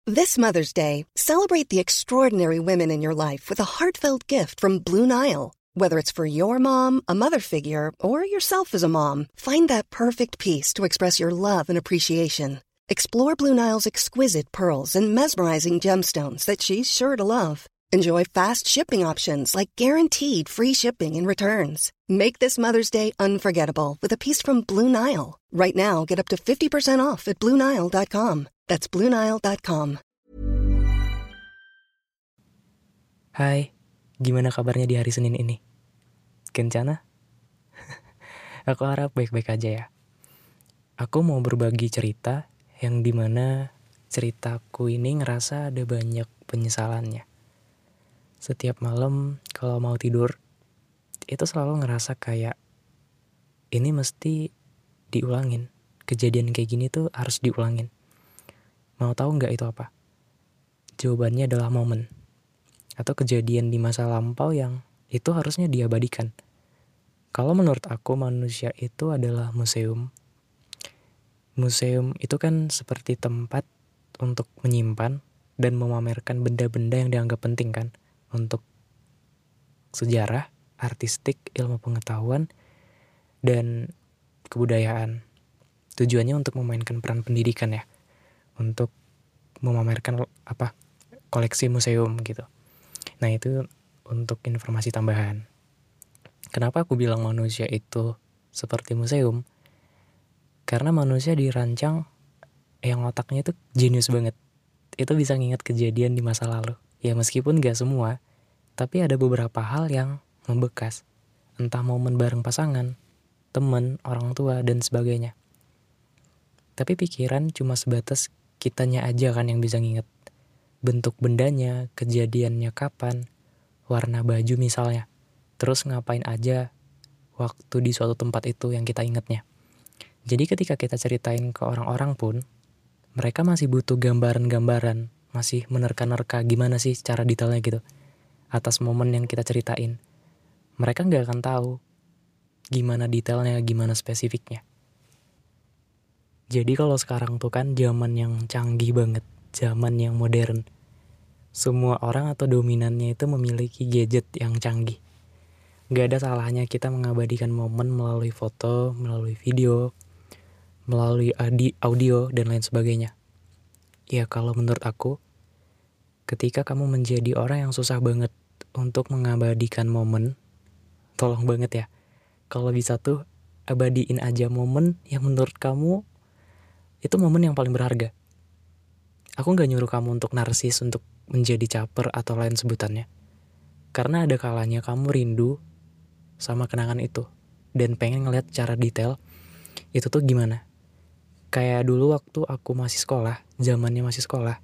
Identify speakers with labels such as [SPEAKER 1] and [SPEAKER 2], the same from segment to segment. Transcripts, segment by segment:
[SPEAKER 1] This Mother's Day, celebrate the extraordinary women in your life with a heartfelt gift from Blue Nile. Whether it's for your mom, a mother figure, or yourself as a mom, find that perfect piece to express your love and appreciation. Explore Blue Nile's exquisite pearls and mesmerizing gemstones that she's sure to love. Enjoy fast shipping options like guaranteed free shipping and returns. Make this Mother's Day unforgettable with a piece from Blue Nile. Right now, get up to 50% off at BlueNile.com. That's BlueNile.com.
[SPEAKER 2] Hai, gimana kabarnya di hari Senin ini? Kencana? Aku harap baik-baik aja ya. Aku mau berbagi cerita yang dimana ceritaku ini ngerasa ada banyak penyesalannya. Setiap malam kalau mau tidur, itu selalu ngerasa kayak ini mesti diulangin. Kejadian kayak gini tuh harus diulangin. Mau tahu nggak itu apa? Jawabannya adalah momen. Atau kejadian di masa lampau yang itu harusnya diabadikan. Kalau menurut aku manusia itu adalah museum. Museum itu kan seperti tempat untuk menyimpan dan memamerkan benda-benda yang dianggap penting kan. Untuk sejarah, artistik, ilmu pengetahuan, dan kebudayaan. Tujuannya untuk memainkan peran pendidikan ya. Untuk memamerkan koleksi museum gitu. Nah itu untuk informasi tambahan. Kenapa aku bilang manusia itu seperti museum? Karena manusia dirancang yang otaknya itu jenius banget. Itu bisa nginget kejadian di masa lalu. Ya meskipun gak semua, tapi ada beberapa hal yang membekas. Entah momen bareng pasangan, temen, orang tua, dan sebagainya. Tapi pikiran cuma sebatas kitanya aja kan yang bisa nginget. Bentuk bendanya, kejadiannya kapan, warna baju misalnya. Terus ngapain aja waktu di suatu tempat itu yang kita ingetnya. Jadi ketika kita ceritain ke orang-orang pun, mereka masih butuh gambaran-gambaran, masih menerka-nerka gimana sih cara detailnya gitu. Atas momen yang kita ceritain. Mereka gak akan tahu gimana detailnya, gimana spesifiknya. Jadi kalau sekarang tuh kan zaman yang canggih banget, zaman yang modern. Semua orang atau dominannya itu memiliki gadget yang canggih. Gak ada salahnya kita mengabadikan momen melalui foto, melalui video, melalui audio, dan lain sebagainya. Ya kalau menurut aku, ketika kamu menjadi orang yang susah banget untuk mengabadikan momen, tolong banget ya, kalau bisa tuh abadiin aja momen yang menurut kamu itu momen yang paling berharga. Aku gak nyuruh kamu untuk narsis, untuk menjadi caper atau lain sebutannya. Karena ada kalanya kamu rindu sama kenangan itu. Dan pengen ngeliat secara detail itu tuh gimana. Kayak dulu waktu aku masih sekolah, zamannya masih sekolah.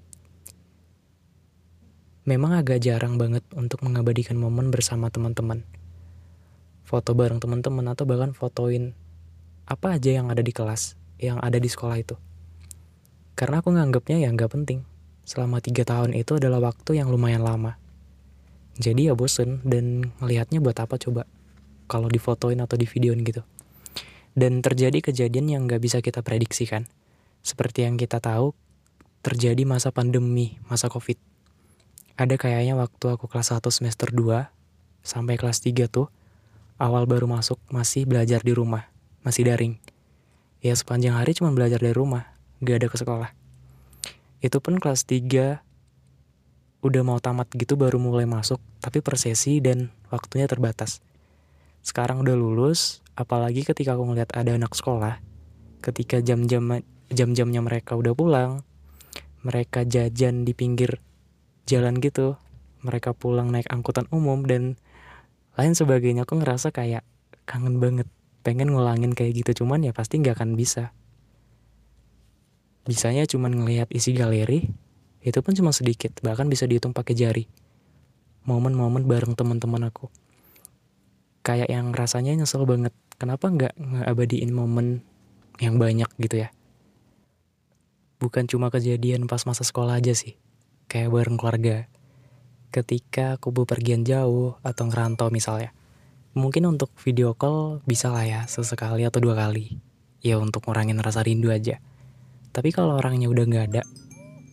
[SPEAKER 2] Memang agak jarang banget untuk mengabadikan momen bersama teman-teman. Foto bareng teman-teman atau bahkan fotoin apa aja yang ada di kelas, yang ada di sekolah itu. Karena aku nganggapnya ya gak penting. Selama 3 tahun itu adalah waktu yang lumayan lama. Jadi ya bosen dan ngelihatnya buat apa coba. Kalau difotoin atau di videoin gitu. Dan terjadi kejadian yang gak bisa kita prediksikan. Seperti yang kita tahu, terjadi masa pandemi, masa COVID. Ada kayaknya waktu aku kelas 1 semester 2 sampai kelas 3 tuh, awal baru masuk masih belajar di rumah, masih daring. Ya sepanjang hari cuma belajar dari rumah. Gak ada ke sekolah. Itu pun kelas 3 udah mau tamat gitu baru mulai masuk. Tapi per sesi dan waktunya terbatas. Sekarang udah lulus. Apalagi ketika aku ngeliat ada anak sekolah. Ketika jam-jamnya mereka udah pulang. Mereka jajan di pinggir jalan gitu. Mereka pulang naik angkutan umum dan lain sebagainya. Aku ngerasa kayak kangen banget. Pengen ngulangin kayak gitu. Cuman ya pasti gak akan bisa. Bisanya cuma ngelihat isi galeri, itu pun cuma sedikit, bahkan bisa dihitung pakai jari. Momen-momen bareng teman-teman aku. Kayak yang rasanya nyesel banget. Kenapa nggak ngeabadiin momen yang banyak gitu ya? Bukan cuma kejadian pas masa sekolah aja sih. Kayak bareng keluarga. Ketika aku bepergian jauh atau ngerantau misalnya. Mungkin untuk video call bisa lah ya, sesekali atau 2 kali. Ya untuk ngurangin rasa rindu aja. Tapi kalau orangnya udah gak ada,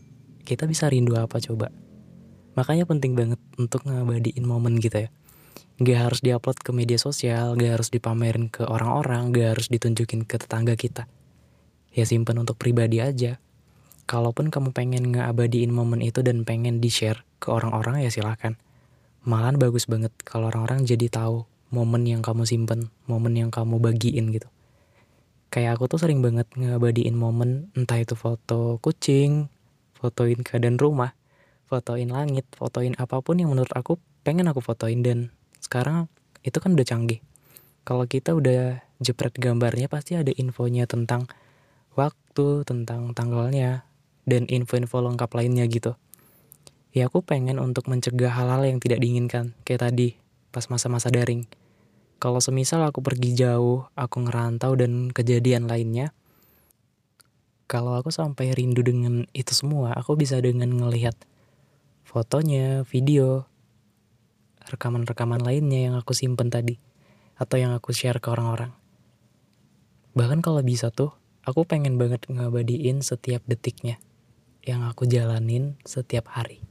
[SPEAKER 2] kita bisa rindu apa coba? Makanya penting banget untuk ngabadiin momen gitu ya. Gak harus diupload ke media sosial, gak harus dipamerin ke orang-orang, gak harus ditunjukin ke tetangga kita. Ya simpen untuk pribadi aja. Kalaupun kamu pengen ngabadiin momen itu dan pengen di-share ke orang-orang ya silakan. Malahan bagus banget kalau orang-orang jadi tahu momen yang kamu simpen, momen yang kamu bagiin gitu. Kayak aku tuh sering banget ngabadiin momen, entah itu foto kucing, fotoin keadaan rumah, fotoin langit, fotoin apapun yang menurut aku pengen aku fotoin. Dan sekarang itu kan udah canggih. Kalau kita udah jepret gambarnya pasti ada infonya tentang waktu, tentang tanggalnya, dan info-info lengkap lainnya gitu. Ya aku pengen untuk mencegah hal-hal yang tidak diinginkan, kayak tadi pas masa-masa daring. Kalau semisal aku pergi jauh, aku ngerantau dan kejadian lainnya, kalau aku sampai rindu dengan itu semua, aku bisa dengan ngelihat fotonya, video, rekaman-rekaman lainnya yang aku simpen tadi, atau yang aku share ke orang-orang. Bahkan kalau bisa tuh, aku pengen banget ngabadiin setiap detiknya yang aku jalanin setiap hari.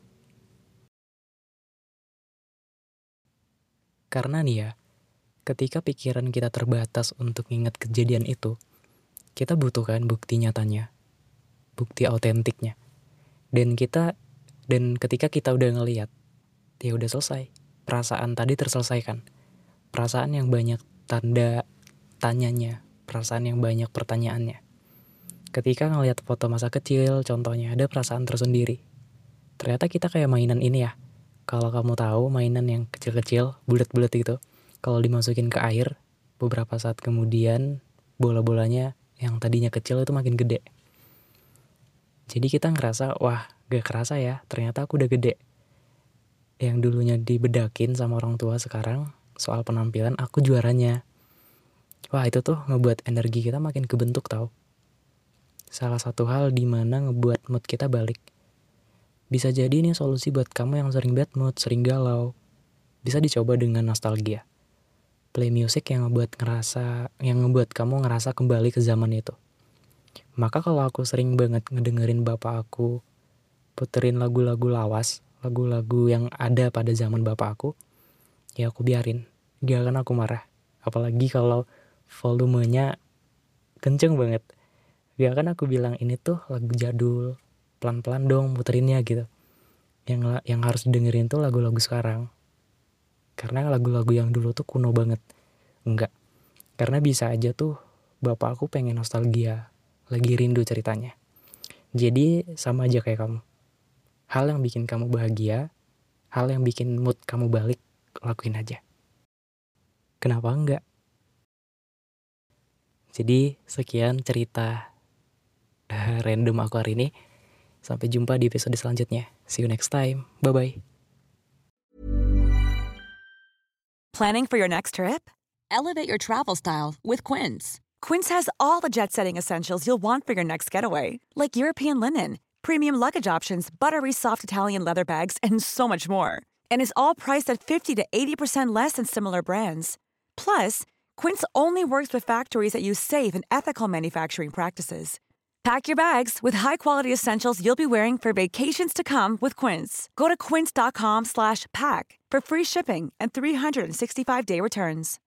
[SPEAKER 2] Karena nih ya, ketika pikiran kita terbatas untuk ingat kejadian itu, kita butuhkan bukti nyatanya, bukti autentiknya. Dan ketika kita udah ngeliat, ya udah selesai. Perasaan tadi terselesaikan. Perasaan yang banyak tanda tanyanya, perasaan yang banyak pertanyaannya. Ketika ngeliat foto masa kecil, contohnya ada perasaan tersendiri. Ternyata kita kayak mainan ini ya. Kalau kamu tahu mainan yang kecil-kecil, bulat-bulat gitu, kalau dimasukin ke air, beberapa saat kemudian bola-bolanya yang tadinya kecil itu makin gede. Jadi kita ngerasa, wah gak kerasa ya, ternyata aku udah gede. Yang dulunya dibedakin sama orang tua, sekarang soal penampilan aku juaranya. Wah itu tuh ngebuat energi kita makin kebentuk tau. Salah satu hal dimana ngebuat mood kita balik. Bisa jadi ini solusi buat kamu yang sering bad mood, sering galau. Bisa dicoba dengan nostalgia. Play music yang ngebuat kamu ngerasa kembali ke zaman itu. Maka kalau aku sering banget ngedengerin bapak aku puterin lagu-lagu lawas, lagu-lagu yang ada pada zaman bapak aku, ya aku biarin. Gak akan aku marah. Apalagi kalau volumenya kenceng banget. Gak akan aku bilang ini tuh lagu jadul, pelan-pelan dong puterinnya gitu. Yang harus didengerin tuh lagu-lagu sekarang. Karena lagu-lagu yang dulu tuh kuno banget. Enggak. Karena bisa aja tuh bapak aku pengen nostalgia, lagi rindu ceritanya. Jadi sama aja kayak kamu. Hal yang bikin kamu bahagia, hal yang bikin mood kamu balik, lakuin aja. Kenapa enggak? Jadi sekian cerita random aku hari ini. Sampai jumpa di episode selanjutnya. See you next time. Bye-bye.
[SPEAKER 3] Planning for your next trip? Elevate your travel style with Quince. Quince has all the jet-setting essentials you'll want for your next getaway, like European linen, premium luggage options, buttery soft Italian leather bags, and so much more. And is all priced at 50 to 80% less than similar brands. Plus, Quince only works with factories that use safe and ethical manufacturing practices. Pack your bags with high-quality essentials you'll be wearing for vacations to come with Quince. Go to quince.com/pack for free shipping and 365-day returns.